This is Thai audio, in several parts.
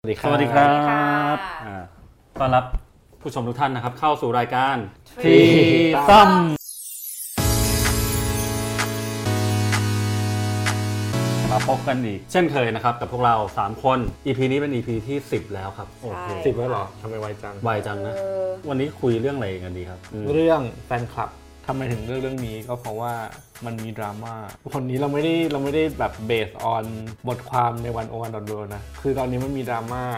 สวัสดีครับต้อนรับผู้ชมทุกท่านนะครับเข้าสู่รายการทีซัมมาพบกันอีกเช่นเคยนะครับกับพวกเรา3คน EP นี้เป็น EP ที่10แล้วครับโอเค 10แล้วเหรอทำไมไวจังไวจังนะวันนี้คุยเรื่องอะไรกันดีครับเรื่องแฟนคลับทำไมถึงเรื่องนี้ก็เพราะว่ามันมีดราม่าคนนี้เราไม่ได้แบบเบสออนบทความในวันโอวันดอทเวิลด์นะคือตอนนี้มันมีดราม่า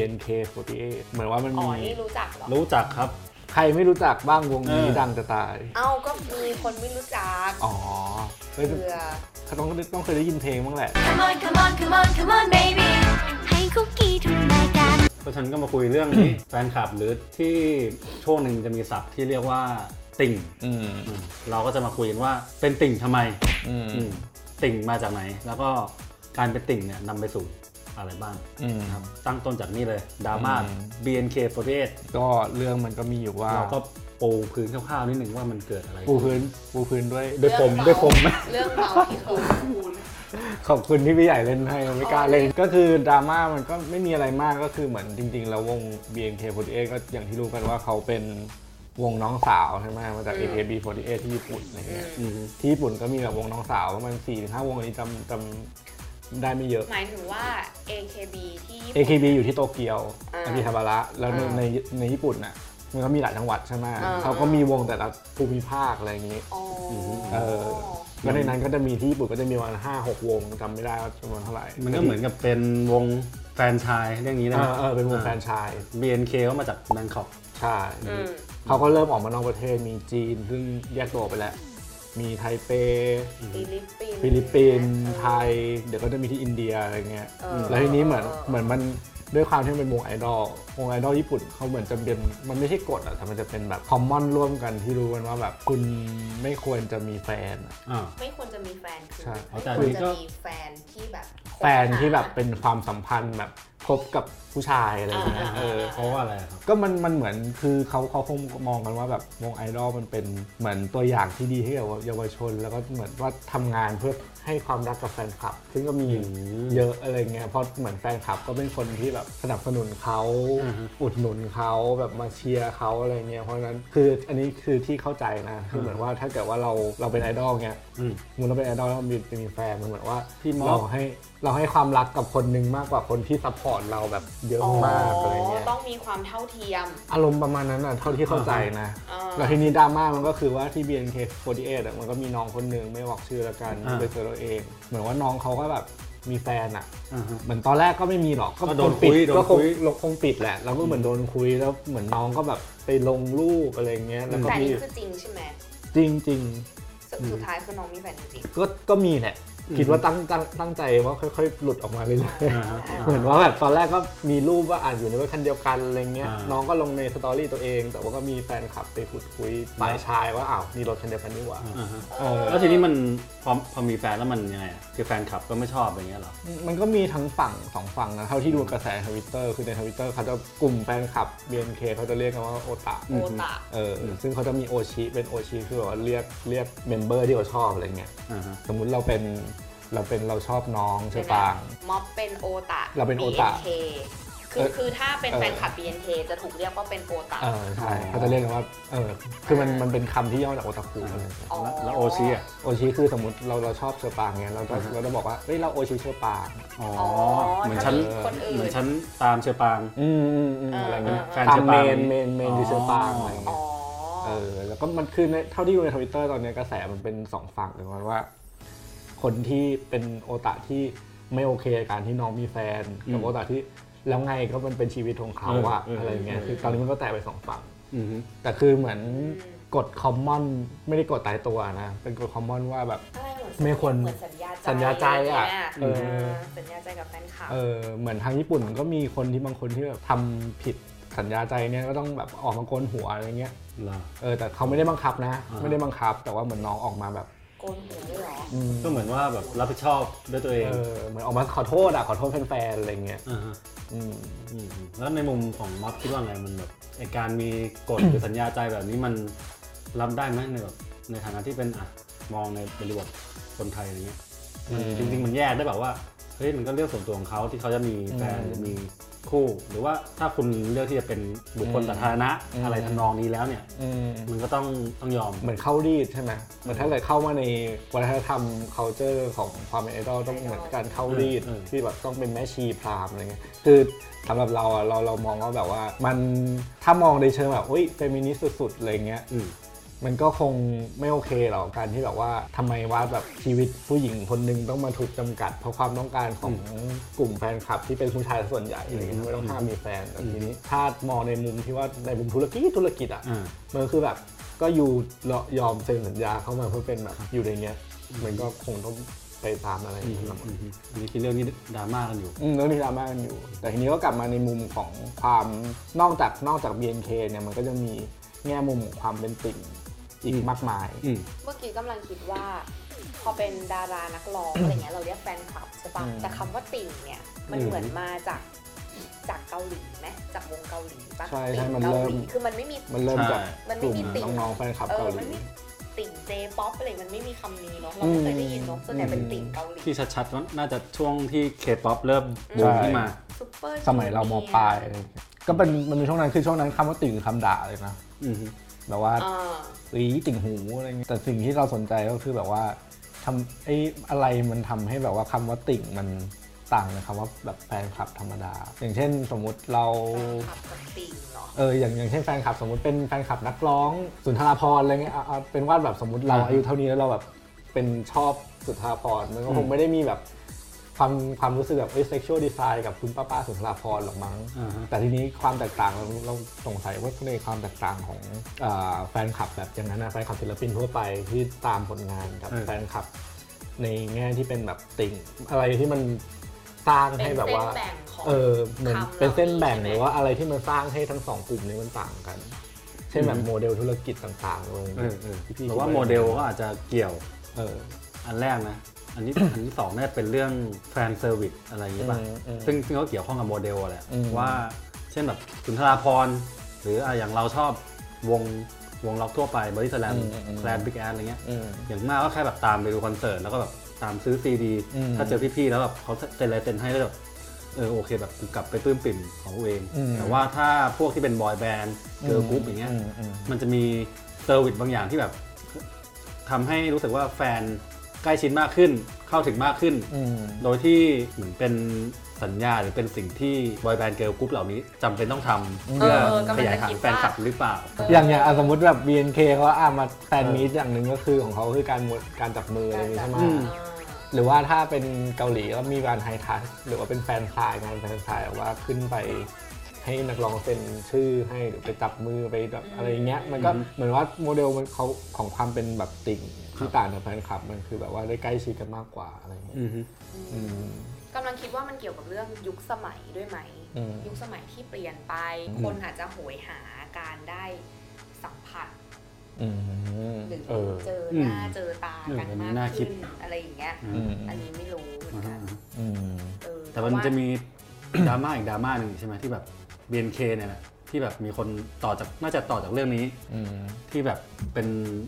BNK48 เหมือนว่ามันมีนี่รู้จักเหรอรู้จักครับใครไม่รู้จักบ้างวงนี้ดังจะตายก็มีคนไม่รู้จักเฮ้ยเขาต้องเคยได้ยินเพลงบ้างแหละ Come on come on come on come on baby ให้คุกกี้ทุกรายการเพราะฉันก็มาคุยเรื่องนี้ แฟนคลับหรือที่ช่วงหนึ่งจะมีศัพท์ที่เรียกว่าติ่งเราก็จะมาคุยกันว่าเป็นติ่งทำไมติ่งมาจากไหนแล้วก็การเป็นติ่งเนี่ยนำไปสู่อะไรบ้างครับตั้งต้นจากนี่เลยดราม่า BNK48 ก็เรื่องมันก็มีอยู่ว่าเราก็ปูพื้นคร่าวๆนิดนึงว่ามันเกิดอะไรปูพื้นด้วยผมไหมเรื่องเมาที่เขาพูดขอบคุณที่พี่ใหญ่เล่นให้ไม่กล้าเล่นก็คือดราม่ามันก็ไม่มีอะไรมากก็คือเหมือนจริงๆแล้ววง BNK48 ก็อย่างที่รู้กันว่าเขาเป็นวงน้องสาวใช่ไหมมาจาก AKB48 ที่ญี่ปุ่นอะไรเงี้ยที่ญี่ปุ่นก็มีแบบวงน้องสาวประมาณ 4-5 วงอันนี้จำได้ไม่เยอะหมายถึงว่า AKB ที่ AKB อยู่ที่โตเกียวอากิฮาบาระแล้วในญี่ปุ่นน่ะมันก็มีหลายจังหวัดใช่ไหมเขาก็มีวงแต่ละภูมิภาคอะไรอย่างนี้ก็ในนั้นก็จะมีที่ญี่ปุ่นก็จะมีประมาณ 5-6 วงจำไม่ได้ว่าจำนวนเท่าไหร่มันก็เหมือนกับเป็นวงแฟรนไชส์เรื่องนี้นะเป็นวงแฟรนไชส์ BNK ก็มาจากแบงคอกใช่เขาก็เริ่มออกมานอกประเทศมีจีนซึ่งแยกตัวไปแล้วมีไทเปฟิลิปปินส์ไทยเดี๋ยวก็จะมีที่อินเดียอะไรเงี้ยแล้วทีนี้เหมือนมันด้วยความที่เป็นวงไอดอลญี่ปุ่นเขาเหมือนจะเป็นมันไม่ใช่กฎอะแต่มันจะเป็นแบบคอมมอนร่วมกันที่รู้กันว่าแบบคุณไม่ควรจะมีแฟนไม่ควรจะมีแฟนคือไม่ควรจะมีแฟนที่แบบเป็นความสัมพันธ์แบบคบกับผู้ชายอะไรอย่างเงี้ยเพราะว่าอะไรครับก็มันเหมือนคือเขาคงมองกันว่าแบบวงไอดอลมันเป็นเหมือนตัวอย่างที่ดีให้กับเยาวชนแล้วก็เหมือนว่าทำงานเพื่อให้ความรักกับแฟนคลับซึ่งก็มีเยอะอะไรเงี้ยเพราะเหมือนแฟนคลับก็เป็นคนที่แบบสนับสนุนเขาอุดหนุนเขาแบบมาเชียร์เขาอะไรเงี้ยเพราะฉะนั้นคืออันนี้คือที่เข้าใจนะคือเหมือนว่าถ้าเกิดว่าเราเป็นไอดอลเงี้ยเราเป็นไอดอลแล้วเรามีแฟนมันเหมือนว่าเราให้ความรักกับคนนึงมากกว่าคนที่ซัพพอร์ตเราแบบเยอะมากอะไรเงี้ยต้องมีความเท่าเทียมอารมณ์ประมาณนั้นน่ะเท่าที่เข้าใจนะแล้วทีนี้ดราม่ามันก็คือว่าที่ BNK48 มันก็มีน้องคนนึงไม่บอกชื่อละกันไปเจอเราเองเหมือนว่าน้องเขาก็แบบมีแฟนอ่ะเหมือนตอนแรกก็ไม่มีหรอกก็โดนปิดก็คงปิดแหละแล้วก็เหมือนโดนคุยแล้วเหมือนน้องก็แบบไปลงรูปอะไรเงี้ยแล้วก็แต่นี่คือจริงใช่ไหมจริงสุดท้ายคือน้องมีแฟนจริงก็มีแหละคิดว่าตั้งใจว่าค่อยๆหลุดออกมาเรื่อยๆเหมือนว่าแบบตอนแรกก็มีรูปว่าอยู่ในรถคันเดียวกันอะไรเงี้ยน้องก็ลงในสตอรี่ตัวเองแต่ว่าก็มีแฟนคลับไปพูดคุยฝ่ายชายว่ามีรถคันเดียวกันนี่หว่าแล้วทีนี้มันพอมีแฟนแล้วมันยังไงคือแฟนคลับก็ไม่ชอบอะไรเงี้ยหรอมันก็มีทั้งฝั่ง2ฝั่งนะเท่าที่ดูกระแส Twitter คือใน Twitter เขาจะกลุ่มแฟนคลับ BNK เขาจะเรียกกันว่าโอตะซึ่งเขาจะมีโอชิเป็นโอชิคือแบบว่าเรียกเมมเบอร์ที่เขาชอบอะไรเงี้ยสมมุติเราชอบน้องเชอปางม็อบเป็นโอตะเราเป็นโอตะคือถ้าเป็นแฟนคลับ BNK จะถูกเรียกว่าเป็นโอตะใช่เขาจะเรียกกันว่าคือมันเป็นคำที่ย่อจากโอตาคุแล้วโอชิคือสมมติเราชอบเชอปางเงี้ยเราจะบอกว่าเฮ้ยเราโอชิเชอปางเหมือนฉันตามเชอปางอะไรเงี้ยตามเมนดิเชอปางอะไรเงี้ยแล้วก็มันคือเท่าที่ดูใน Twitter ตอนนี้กระแสมันเป็น2ฝั่งเลยว่าคนที่เป็นโอตาที่ไม่โอเคกับการที่น้องมีแฟนกับโอตาที่แล้วไงก็มันเป็นชีวิตของเขาอะอะไรเงี้ยคือตอนนี้มันก็แตกไป2ฝั่งแต่คือเหมือนกฎคอมมอนไม่ได้กฎตายตัวนะเป็นกฎคอมมอนว่าแบบไม่ควรสัญญาใจอะสัญญาใจกับแฟนคลับเหมือนทางญี่ปุ่นก็มีคนที่บางคนที่แบบทำผิดสัญญาใจเนี่ยก็ต้องแบบออกมาโกนหัวอะไรเงี้ยแต่เขาไม่ได้บังคับนะไม่ได้บังคับแต่ว่าเหมือนน้องออกมาแบบโกนหัวด้วยหรอก็เหมือนว่าแบบรับผิดชอบด้วยตัวเองเหมือนออกมาขอโทษแฟนๆอะไรเงี้ยแล้วในมุมของม็อบคิดว่าไงมันแบบการมีกฎหรือสัญญาใจแบบนี้มันรับได้ไหมในฐานะที่เป็นมองในบริบทคนไทยอะไรเงี้ยจริงๆมันแยกได้แบบว่าเฮ้ยมันก็เรื่องส่วนตัวของเขาที่เขาจะมีแฟนหรือมีคู่หรือว่าถ้าคุณเลือกที่จะเป็นบุคคลสาธารณะอะไรทำนองนี้แล้วเนี่ยมันก็ต้องยอมเหมือนเข้ารีดใช่ไหมเหมือนถ้าเกิดเข้ามาในวัฒนธรรม culture ของความเป็นไอดอลต้องเหมือนการเข้ารีดที่แบบต้องเป็นแม่ชีพราหมณ์อะไรเงี้ยคือสำหรับเราอะเรามองว่าแบบว่ามันถ้ามองในเชิงแบบเฟมินิสต์สุดๆอะไรเงี้ยมันก็คงไม่โอเคหรอกการที่แบบว่าทำไมว่าแบบชีวิตผู้หญิงคนหนึ่งต้องมาถูกจำกัดเพราะความต้องการของกลุ่มแฟนคลับที่เป็นผู้ชายส่วนใหญ่อะไรเงี้ยไม่ต้องห้ามมีแฟนแต่ทีนี้ถ้ามองในมุมที่ว่าในมุมธุรกิจอ่ะมันคือแบบก็อยู่ยอมเซ็นสัญญาเข้ามาเพื่อเป็นแบบอยู่ในเนี้ยมันก็คงต้องไปตามอะไรอย่างเงี้ยนี่คือเรื่องนี้ดราม่ากันอยู่เรื่องนี้ดราม่ากันอยู่แต่ทีนี้ก็กลับมาในมุมของความนอกจาก BNK เนี่ยมันก็จะมีแง่มุมของความเป็นติ่งอีกมากมายเมื่อกี้กำลังคิดว่าพอเป็นดารานักร้องอะไรเงี้ยเราเรียกแฟนคลับใช่ปะแต่คำว่าติ่งเนี่ยมันเหมือนมาจากเกาหลีไหมจากวงเกาหลีปะใช่มันเริ่มคือมันไม่มีมันเริ่มจากกลุ่มน้องๆแฟนคลับเกาหลีติ่งเจป๊อปอะไรมันไม่มีคำนี้เนาะเราไม่เคยได้ยินเนาะส่วนใหญ่เป็นติ่งเกาหลีที่ชัดๆก็น่าจะช่วงที่เคป๊อปเริ่มบูมขึ้นมาสมัยเราม.ปลายก็มันเป็นช่วงนั้นคือช่วงนั้นคำว่าติ่งคำด่าเลยนะแบบว่าติ่งหูอะไรเงี้ยแต่สิ่งที่เราสนใจก็คือแบบว่าทำอะไรมันทำให้แบบว่าคำว่าติ่งมันต่างจากคำว่าแบบแฟนคลับธรรมดาอย่างเช่นสมมุติเราอย่างเช่นแฟนคลับสมมุติเป็นแฟนคลับนักร้องสุนทรภรณ์อะไรเงี้ยเอาเป็นว่าแบบสมมุติเราอายุเท่านี้แล้วเราแบบเป็นชอบสุนทรภรณ์มันก็คงไม่ได้มีแบบความรู้สึกแบบsexual design กับคุณป้าสุนทรภรณ์หรอกมั้งแต่ทีนี้ความแตกต่างเราสงสัยว่าในความแตกต่างของแฟนคลับแบบอย่างนั้นนะแฟนคลับศิลปินทั่วไปที่ตามผลงานกับแฟนคลับในแง่ที่เป็นแบบติ่งอะไรที่มันสร้างให้แบบว่าเหมือนเป็นเส้นแบ่งหรือว่าอะไรที่มันสร้างให้ทั้งสองกลุ่มนี้มันต่างกันเช่นแบบโมเดลธุรกิจต่างๆเลยหรือว่าโมเดลก็อาจจะเกี่ยวอันแรกนะอันที่สองน่าจะเป็นเรื่องแฟนเซอร์วิสอะไรอย่างเงี้ยป่ะซึ่งก็เกี่ยวข้องกับโมเดลแหละว่าเช่นแบบสุนทราภรณ์หรืออย่างเราชอบวงล็อกทั่วไปบอดี้สแลมแคลนบิ๊กแอดอะไรเงี้ยอย่างมากก็แค่แบบตามไปดูคอนเสิร์ตแล้วก็แบบตามซื้อซีดีถ้าเจอพี่ๆแล้วแบบเขาเซ็นลายเซ็นให้แล้วแบบโอเคแบบกลับไปปลื้มปิ่มของตัวเองแต่ว่าถ้าพวกที่เป็นบอยแบนด์เกิร์ลกรุ๊ปอย่างเงี้ยมันจะมีเซอร์วิสบางอย่างที่แบบทำให้รู้สึกว่าแฟนใกล้ชิดมากขึ้นเข้าถึงมากขึ้นโดยที่เหมือนเป็นสัญญาหรือเป็นสิ่งที่บอยแบนด์เกิร์ลกรุ๊ปเหล่านี้จำเป็นต้องทำเพื่อขยายฐานแฟนคลับหรือเปล่าอย่างสมมติแบบ BNK เขามาแฟนมีตอย่างหนึ่งก็คือของเขาคือการจับมืออะไรอย่างนี้ใช่ไหมหรือว่าถ้าเป็นเกาหลีก็มีการไฮทัชหรือว่าเป็นแฟนคลายงานแฟนคลายว่าขึ้นไปให้นักร้องเซ็นชื่อให้หรือไปจับมือไปแบบอะไรเงี้ยมันก็เหมือนว่าโมเดลมันเขาของความเป็นแบบติ่งที่ต่างจากแฟนคลับมันคือแบบว่าได้ใกล้ชิดกันมากกว่าอะไรอย่างเงี้ยกำลังคิดว่ามันเกี่ยวกับเรื่องยุคสมัยด้วยไหมยุคสมัยที่เปลี่ยนไปคนอาจจะโหยหาการได้สัมผัสหรือเจอหน้าเจอตากันมากขึ้นอะไรอย่างเงี้ยอันนี้ไม่รู้เหมือนกันแต่มันจะมีดราม่าอีกดราม่าหนึ่งใช่ไหมที่แบบ BNK เนี่ยนะที่แบบมีคนน่าจะต่อจากเรื่องนี้ที่แบบเป็น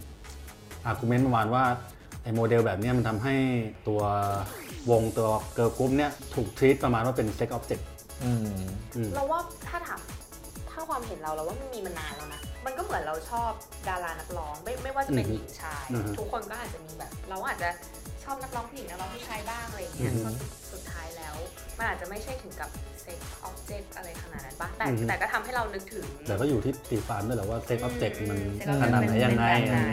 argument ประมาณว่าไอ้โมเดลแบบนี้มันทำให้ตัววงตัวเกิร์ลกรุ๊ปเนี่ยถูกทรีตประมาณว่าเป็น sex object เราว่าถ้าความเห็นเราว่ามันมีมานานแล้วนะมันก็เหมือนเราชอบดารานักร้องไม่ว่าจะเป็นหญิงชายทุกคนก็อาจจะมีแบบเราอาจจะชอบนักร้องผู้หญิงนักร้องผู้ชายบ้างอะไรอย่างเงี้ยสุดท้ายแล้วมันอาจจะไม่ใช่ถึงกับ sex object อะไรขนาดนั้นปะแต่ก็ทำให้เรานึกถึงแต่ก็อยู่ที่ตีความด้วยแหละว่า sex object มันขนาดไหนยังไง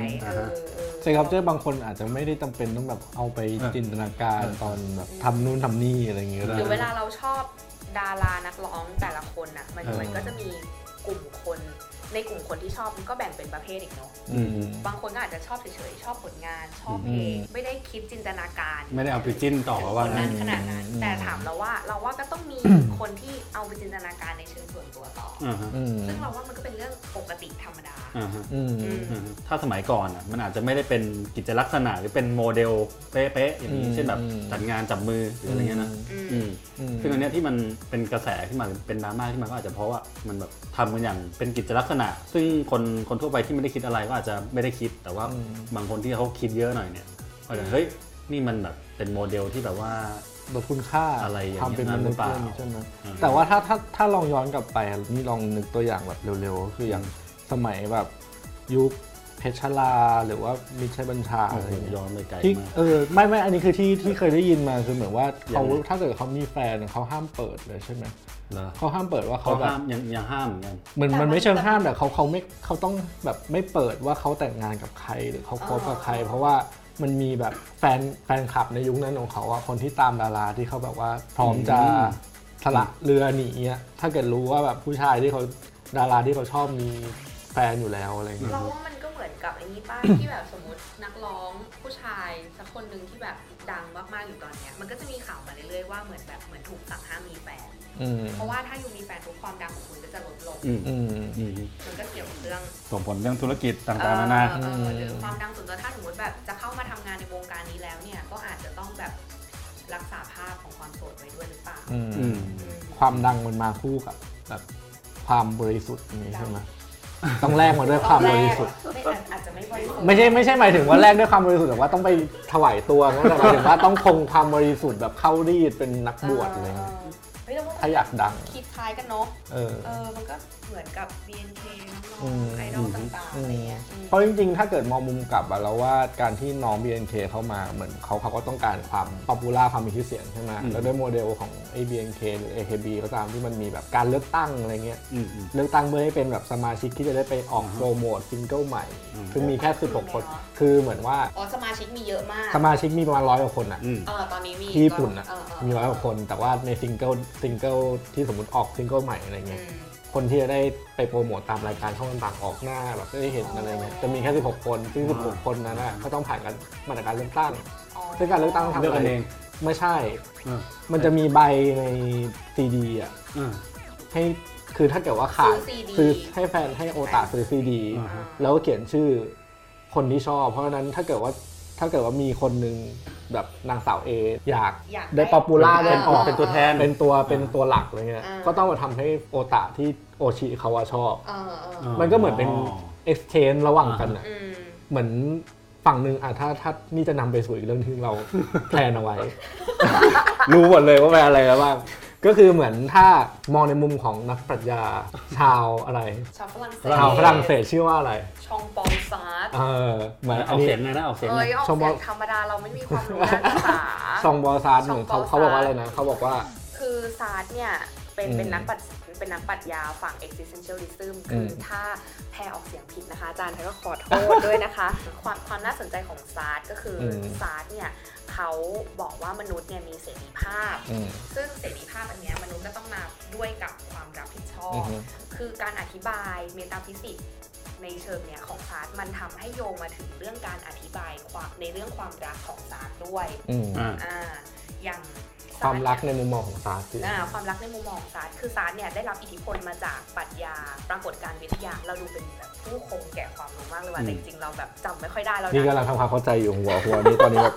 sex object บางคนอาจจะไม่ได้จำเป็นต้องแบบเอาไปจินตนาการตอนแบบทำนู่นทำนี่อะไรอย่างเงี้ยหรือเวลาเราชอบดารานักร้องแต่ละคนอ่ะมันก็จะมีกลุ่มคนในกลุ่มคนที่ชอบมันก็แบ่งเป็นประเภทอีกเนาะบางคนก็อาจจะชอบเฉยๆชอบผลงานชอบเพลงไม่ได้คิดจินตนาการไม่ได้เอาไปจิ้นต่อว่านั้นขนาดนั้นแต่ถามเราว่าก็ต้องมีคนที่เอาไปจินตนาการในเชิงส่วนตัวต่อซึ่งเราว่ามันก็เป็นเรื่องปกติธรรมดาถ้าสมัยก่อนมันอาจจะไม่ได้เป็นกิจลักษณะหรือเป็นโมเดลเป๊ะๆอย่างนี้เช่นแบบจัดงานจับมือหรืออะไรเงี้ยนะซึ่งอันนี้ที่มันเป็นกระแสขึ้นมาเป็นดราม่าขึ้นมาก็อาจจะเพราะว่ามันแบบทำกันอย่างเป็นกิจลักษณะซึ่งคนทั่วไปที่ไม่ได้คิดอะไรก็อาจจะไม่ได้คิดแต่ว่าบางคนที่เขาคิดเยอะหน่อยเนี่ยก็จะเฮ้ยนี่มันแบบเป็นโมเดลที่แบบว่าลดคุณค่าอะไรอย่างเงี้ยทำเป็นมนุษย์หรือเปล่าใช่ไหมแต่ว่าถ้าลองย้อนกลับไปนี่ลองนึกตัวอย่างแบบเร็วๆก็คืออย่างสมัยแบบยุคเพชรลาหรือว่ามิตรชัยบัญชาอะไรอย่างเงี้ยย้อนไปไกลที่มากไม่อันนี้คือที่เคยได้ยินมาคือเหมือนว่าเขาถ้าเกิดเขามีแฟนเขาห้ามเปิดเลยใช่ไหม เขาห้ามเปิดว่าเขาเขาแบบห้ามยังห้ามเหมือนกันมันไม่เชิงห้ามแต่เขาต้องแบบไม่เปิดว่าเขาแต่งงานกับใครหรือเขาคบกับใคร เพราะว่ามันมีแบบแฟนคลับในยุคนั้นของเขาอะคนที่ตามดาราที่เขาแบบว่าพร้อมจะสละเรือหนีอะถ้าเกิดรู้ว่าแบบผู้ชายที่เขาดาราที่เขาชอบมีแฟนอยู่แล้วอะไรอย่างเงี้ยเราว่ามันก็เหมือนกับไอ้นี่ป้า ที่แบบสมมตินักร้องผู้ชายสักคนหนึ่งที่แบบดังมากๆอยู่ตอนเนี้ยมันก็จะมีข่าวมาเรื่อยๆว่าเหมือนถูกสั่งห้ามมีแฟนเพราะว่าถ้าอยู่มีแฟนทุกความดังของคุณก็จะลดลงมันก็เกี่ยวกับเรื่องส่งผลเรื่องธุรกิจต่างๆนานาหรือความดังส่วนตัวถ้าสมมติแบบจะเข้ามาทำงานในวงการนี้แล้วเนี่ยก็อาจจะต้องแบบรักษาภาพของความโสดไว้ด้วยหรือเปล่าความดังมันมาคู่กับแบบความบริสุทธิ์นี้ใช่ไหมต้องแลกมาด้วยความบริสุทธิ์อาจจะไม่บริสุทธิ์ไม่ใช่หมายถึงว่าแลกด้วยความบริสุทธิ์แต่ว่าต้องไปถวายตัวนะแต่หมายถึงว่าต้องคงความบริสุทธิ์แบบเข้ารีดเป็นนักบวชอะไรเงี้ยถ้าอยากดังคิดคล้ายกันเนาะมันก็เหมือนกับ BNK น้องๆไอดอลต่างๆอะไรเงี้ยเพราะจริงๆถ้าเกิดมองมุมกลับแล้วว่าการที่น้อง BNK เข้ามาเหมือนเขาก็ต้องการความป๊อปปูล่าความมีชื่อเสียงใช่ไหมแล้วด้วยโมเดลของไอ้ BNK หรือ AKB ก็ตามที่มันมีแบบการเลือกตั้งอะไรเงี้ยเลือกตั้งเพื่อให้เป็นแบบสมาชิกที่จะได้ไปออกโปรโมทซิงเกิลใหม่ซึ่งมีแค่16คนคือเหมือนว่าสมาชิกมีเยอะมากสมาชิกมีประมาณ100 กว่าคนอ่ะตอนนี้มีที่ญี่ปุ่นอ่ะมี100 กว่าคนแต่ว่าในซิงเกิลที่สมมติออกซิงเกิลใหม่อะไรเงี้ยคนที่จะได้ไปโปรโมทตามรายการช่องต่างๆออกหน้าแบบได้เห็นอะไรเงี้ยจะมีแค่16 คนซึ่ง16 คนนั้นก็ต้องผ่านกันมาตรการเลือกตั้งซึ่งการเลือกตั้งทำอะไรเองไม่ใช่มันจะมีใบในซีดีอ่ะให้คือถ้าเกิดว่าขาดซื้อให้แฟนให้โอตาซื้อซีดีแล้วก็เขียนชื่อคนที่ชอบเพราะฉะนั้นถ้าเกิดว่ามีคนนึงแบบนางสาวเออยากได้ป๊อปปูล่าได้ออกเป็นตัวแทนเป็นตัวหลักอะไรเงี้ยก็ต้องมาทำให้โอตาที่โอชิเขาว่าชอบมันก็เหมือนเป็น exchange ระหว่างกันอ่ะเหมือนฝั่งหนึ่งถ้านี่จะนำไปสู่อีกเรื่องที่เราแพลนเอาไว้ รู้หมดเลยว่าเป็นอะไรแล้วบ้างก็คือเหมือนถ้ามองในมุมของนักปรัชญาชาวฝรั่งเศสชื่อว่าอะไรชองปองซาร์ดเหมือนออกเสียงไงนะออกเสียงชองปองธรรมดาเราไม่มีความรู้ด้านภาษาชองปองซาร์ดเหมือนเขาบอกว่าอะไรนะเขาบอกว่าคือซาร์ดเนี่ยเป็นนักปรัชญาฝั่ง existentialism คือถ้าแพรออกเสียงผิดนะคะอาจารย์ก็ขอโทษด้วยนะคะความน่าสนใจของซาร์ดก็คือซาร์ดเนี่ยเขาบอกว่ามนุษย์เนี่ยมีเสรีภาพซึ่งเสรีภาพอันนี้มนุษย์ก็ต้องมาด้วยกับความรับผิดชอบคือการอธิบายเมตาฟิสิกส์ในเชิงเนี่ยของซาร์ดมันทำให้โยงมาถึงเรื่องการอธิบายในเรื่องความรักของซาร์ดด้วยอย่างความรักในมุมมองของซาร์ดความรักในมุมมองของซาร์ดคือซาร์ดเนี่ยได้รับอิทธิพลมาจากปรัชญาปรากฏการณ์วิทยาเราดูเป็นแบบผู้คงแก่ความรู้มากเลยว่าแต่จริงๆเราแบบจำไม่ค่อยได้แล้วนี่กำลังทำความเข้าใจอยู่หัวนี้ตอนนี้แบบ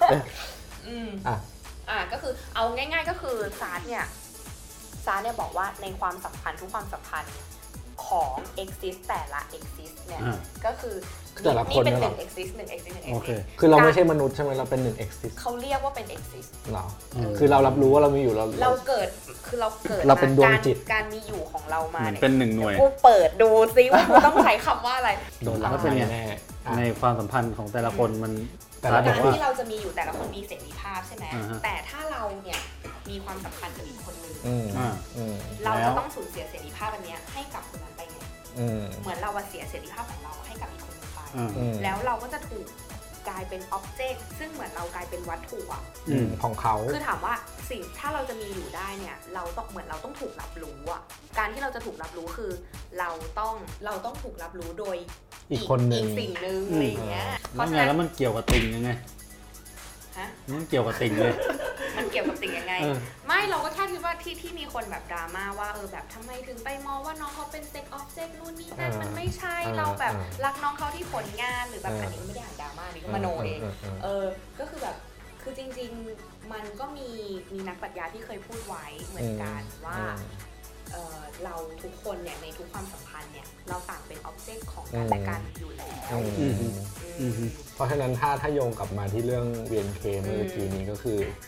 ก็คือเอาง่ายๆก็คือซาร์ดเนี่ยบอกว่าในความสัมพันธ์ทุกความสัมพันธ์ของ exist แต่ละ exist เนี่ยก็คือนี่เป็น1 exist 1 exist 1 exist คือเราไม่ใช่มนุษย์ใช่ไหมเราเป็น1 exist เขาเรียกว่าเป็น exist หรอคือเรารับรู้ว่าเรามีอยู่เราเกิดเราเป็นดวงจิตการมีอยู่ของเรามาเนี่ยเป็น1 หน่วยกูเปิดดูซิว่ากูต้องใช้คำว่าอะไรโดนรักเป็นแน่ในความสัมพันธ์ของแต่ละคนมันการที่เราจะมีอยู่แต่ละคนมีเสรีภาพใช่ไหมแต่ถ้าเราเนี่ยมีความสัมพันธ์กับอีกคนนึงเราจะต้องสูญเสียเสรีภาพอันนี้ให้กับคนนั้นไปไงเหมือนเราเสียเสรีภาพของเราให้กับอีกคนนึงไปแล้วเราก็จะถูกกลายเป็นอ็อบเจกต์ซึ่งเหมือนเรากลายเป็นวัตถุของเขาคือถามว่าสิ่งถ้าเราจะมีอยู่ได้เนี่ยเราต้องถูกรับรู้อ่ะการที่เราจะถูกรับรู้คือเราต้องถูกรับรู้โดยอีกคนนึงอีกสิ่งนึงอะไรอย่างเงี้ยแล้วมันเกี่ยวกับติ่งยังไงมันเกี่ยวกับติ่งเลยมันเกี่ยวกับติ่งยังไงไม่เราก็แค่คิดว่าที่มีคนแบบดราม่าว่าแบบทำไมถึงไปมองว่าน้องเขาเป็นเซ็กออฟเซ็กนู่นนี่นั่นมันไม่ใช่เราแบบรักน้องเขาที่ผลงานหรือแบบอันนี้ก็ไม่ได้อ่านดราม่านี่ก็มโนเองก็คือแบบคือจริงๆมันก็มีนักปรัชญาที่เคยพูดไว้เหมือนกันว่าเราทุกคนเนี่ยในทุกความสัมพันธ์เนี่ยเราต่างเป็นอ็อบเจกต์ของกันและกันอยู่แล้วเพราะฉะนั้นถ้าโยงกลับมาที่เรื่อง BNK เมื่อกี้นี้ก็คือ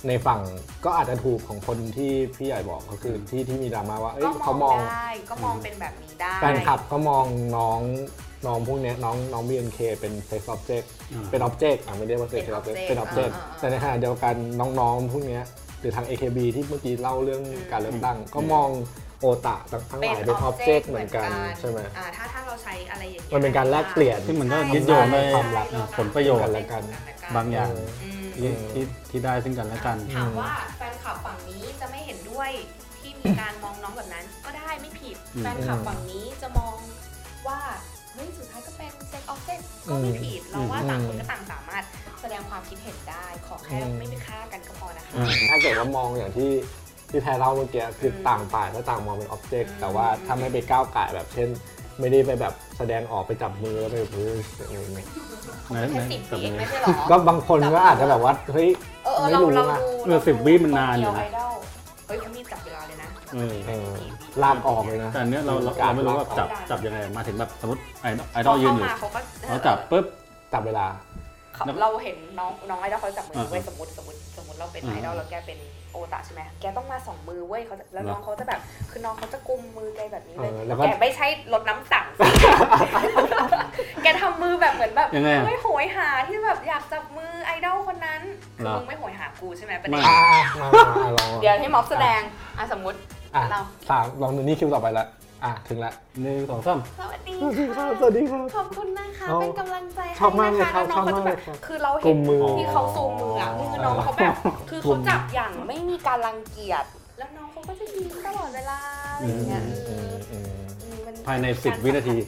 ในฝั่งก็อาจจะถูกของคนที่พี่ใหญ่บอกก็คือที่มีดราม่าว่าเขามองได้ก็มองเป็นแบบนี้ได้แฟนคลับก็มองน้องพวกนี้น้อง BNK เป็น sex object เป็น object ไม่ได้ว่า sex object เป็น object แต่ในขณะเดียวกันน้องๆพวกนี้หรือทาง AKB ที่เมื่อกี้เล่าเรื่องการเริ่มตั้งก็มองโอตะทั้งหลายเป็น object เหมือนกันใช่ไหมถ้าเราใช้อะไรอย่างเงี้ยมันเป็นการแลกเปลี่ยนที่มันก็ยึดโยงด้วยความรักผลประโยชน์กันและกันบางอย่างที่ได้ซึ่งกันและกันถามว่าแฟนคลับฝั่งนี้จะไม่เห็นด้วยที่มีการมองน้องแบบนั้นก็ได้ไม่ผิดแฟนคลับฝั่งนี้จะมองว่าเฮ้ยสุดท้ายก็เป็นเซ็กออฟเซ็กก็ไม่ผิดเราว่าต่างคนก็ต่างสามารถแสดงความคิดเห็นได้ขอแค่ไม่ไปฆ่ากันก็พอนะคะถ้าเกิดว่ามองอย่างที่แพรเล่าเมื่อกี้คือต่างฝ่ายก็ต่างมองเป็นออบเจกต์แต่ว่าถ้าไม่ไปก้าวไก่แบบเช่นไม่ได้ไปแบบแสดงออกไปจับมือแล้วไปพื้นอะไรอย่างเงี้ยแค่10 ปีเองไม่ใช่หรอก็บางคนก็อาจจะแบบว่าเฮ้ยไม่รู้นะ 10 วิมันนานอยู่นะเฮ้ยเขามีจับเวลาเลยนะลากออกเลยนะแต่อันเนี้ยเราไม่รู้ว่าจับยังไงมาถึงแบบสมมติไอดอลยืนอยู่เขาจับปุ๊บจับเวลาเราเห็นน้องไอดอลเขาจับมือเว้ยสมมติเราเป็นไอดอลแล้วแกเป็นโอตะใช่ไหมแกต้องมา2 มือเว้ยเขาแล้วน้องเขาจะแบบคือน้องเขาจะกุมมือแกแบบนี้เลยแกไม่ใช่ลดน้ำสั่งแกทำมือแบบเหมือนแบบไม่โหยหาที่แบบอยากจับมือไอดอลคนนั้นคือมึงไม่โหยหากูใช่ไหมประเด็นเดี๋ยวให้ม็อบแสดงสมมติเราลองดูนี่คิวต่อไปละถึงละ 1 2 3 สวัสดีค่ะสวัสดีครับขอบคุณนะคะเป็นกำลังใจให้นะคะน้องเขาจะแบบคือเราเห็นที่เขาซูมมือมือน้องเขาแบบคือเขาจับอย่างไม่มีการรังเกียจแล้วน้องเขาก็จะยิ้มตลอดเวลาอะไรอย่างเงี้ยภายใน10 วินาที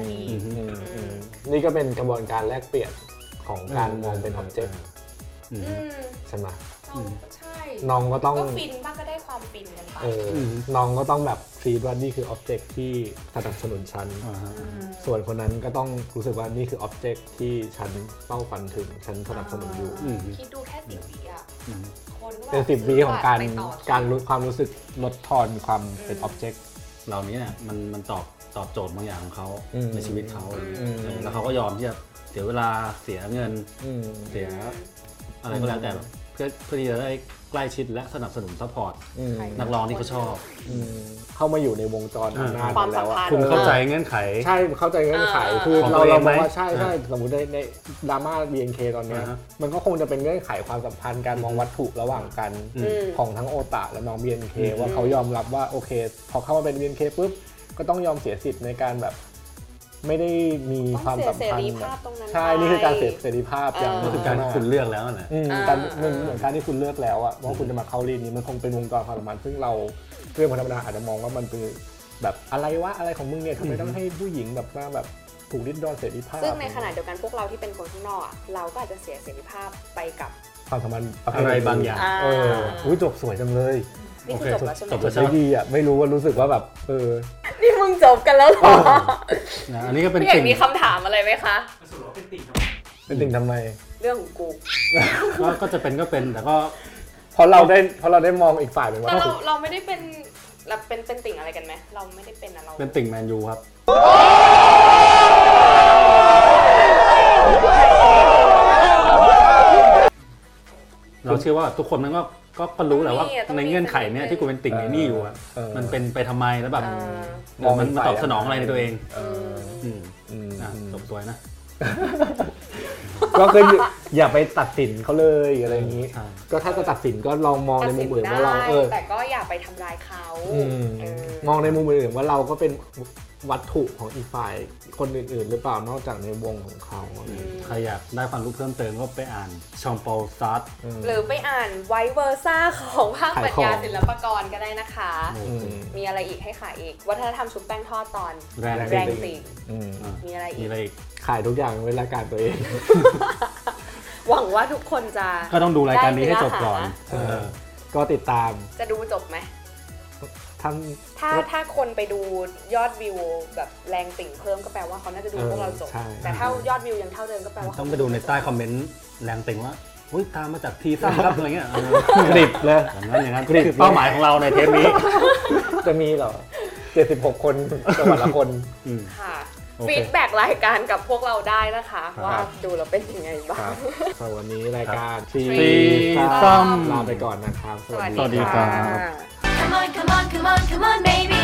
นี่ก็เป็นกระบวนการแลกเปลี่ยนของการมองเป็นออบเจกต์ใช่ไหมใช่น้องก็ต้องฟินบ้างก็ได้ความฟินกันไปน้องก็ต้องแบบฟีดว่านี่คือออบเจกต์ที่สนับสนุนฉันส่วนคนนั้นก็ต้องรู้สึกว่านี่คือออบเจกต์ที่ฉันเป้าฝันถึงฉันสนับสนุนอยู่คิดดูแค่10 วิอ่ะเป็น10 วิของการลดความรู้สึกลดทอนความเป็นออบเจกต์เหล่านี้เนี่ยมันตอบโจทย์บางอย่างของเขาในชีวิตเขาแล้วเขาก็ยอมที่จะเสียเวลาเสียเงินเสียอะไรก็แล้วแต่เพื่อที่จะได้ใกล้ชิดและสนับสนุนซัพพอร์ตนักร้องที่เขาชอบเข้ามาอยู่ในวงจรนานแล้วคุณเข้าใจเงื่อนไขใช่เข้าใจเงื่อนไขคือเราบอกว่าใช่สมมติในดราม่า BNK ตอนนี้มันก็คงจะเป็นเงื่อนไขความสัมพันธ์การมองวัตถุระหว่างกันของทั้งโอตะและน้อง BNK ว่าเขายอมรับว่าโอเคพอเข้ามาเป็น BNK ปุ๊บก็ต้องยอมเสียสิทธิ์ในการแบบไม่ได้มีความสัมพันธ์ใช่นี่คือการเสียเสรีภาพอย่างนี่คือการที่คุณเลือกแล้วนะการเหมือนการที่คุณเลือกแล้วอะว่าคุณจะมาเข้าลีนนี้มันคงเป็นวงจรความสัมพันธ์ซึ่งเราเรื่องธรรมดาอาจจะมองว่ามันเป็นแบบอะไรวะอะไรของมึงเนี่ยทำไมต้องให้ผู้หญิงแบบมาแบบถูกริดรอนเสรีภาพซึ่งในขณะเดียวกันพวกเราที่เป็นคนข้างนอกเราก็อาจจะเสียเสรีภาพไปกับความสัมพันธ์อะไรบางอย่างจบสวยจังเลยโอเคจบได้ดีอ่ะไม่รู้ว่ารู้สึกว่าแบบนี่มึงจบกันแล้วเหรออันนี้ก็เป็นสิ่งมีคำถามอะไรไหมคะเป็นติ่งทำไมเรื่องของกูก็จะเป็นก็เป็นแต่ก็เพราะเราได้มองอีกฝ่ายหนึ่งว่าเราไม่ได้เป็นติ่งอะไรกันไหมเราไม่ได้เป็นเราเป็นติ่งแมนยูครับเราเชื่อว่าทุกคนมันก็รู้แหละว่าในเงื่อนไขเนี้ยที่กูเป็นติ่งไอ้นี่อยู่อ่ะมันเป็นไปทำไมแล้วแบบมันตอบสนองอะไรในตัวเองจบสวยนะก็คืออย่าไปตัดสินเขาเลยอะไรอย่างนี้ก็ถ้าจะตัดสินก็ลองมองในมุมอื่นว่าเราแต่ก็อย่าไปทำลายเขามองในมุมอื่นว่าเราก็เป็นวัตถุของอีกฝ่ายคนอื่นๆหรือเปล่านอกจากในวงของเขาใครอยากได้ความรู้เพิ่มเติมก็ไปอ่านชองปอลซาร์ตหรือไปอ่านไวเวอร์ซ่าของภาคปรัชญาศิลปากรก็ได้นะคะมีอะไรอีกให้ขายอีกวัฒนธรรมชุบแป้งทอดตอนแรงติ่งมีอะไรอีกขายทุกอย่างเวลาการตัวเองหวังว่าทุกคนจะก็ต้องดูรายการนี้ให้จบก่อนก็ติดตามจะดูจบไหมถ้าคนไปดูยอดวิวแบบแรงติ่งเพิ่มก็แปลว่าเขาน่าจะดูพวกเราจบแต่ถ้ายอดวิวยังเท่าเดิมก็แปลว่าต้องไปดูในใต้คอมเมนต์แรงติ่งว่าตามมาจากทีซั่นครับอะไรเงี้ยกริบเลยอย่างนั้นคือเป้าหมายของเราในเทปนี้จะมีเหรอ76 คนจังหวัดละคนค่ะฟีดแบ็กรายการกับพวกเราได้นะคะว่าดูแล้วเป็นยังไงบ้างสำหรับวันนี้รายการทีซัมลาไปก่อนนะครับสวัสดีครับ Come on, come on, come on, come on, baby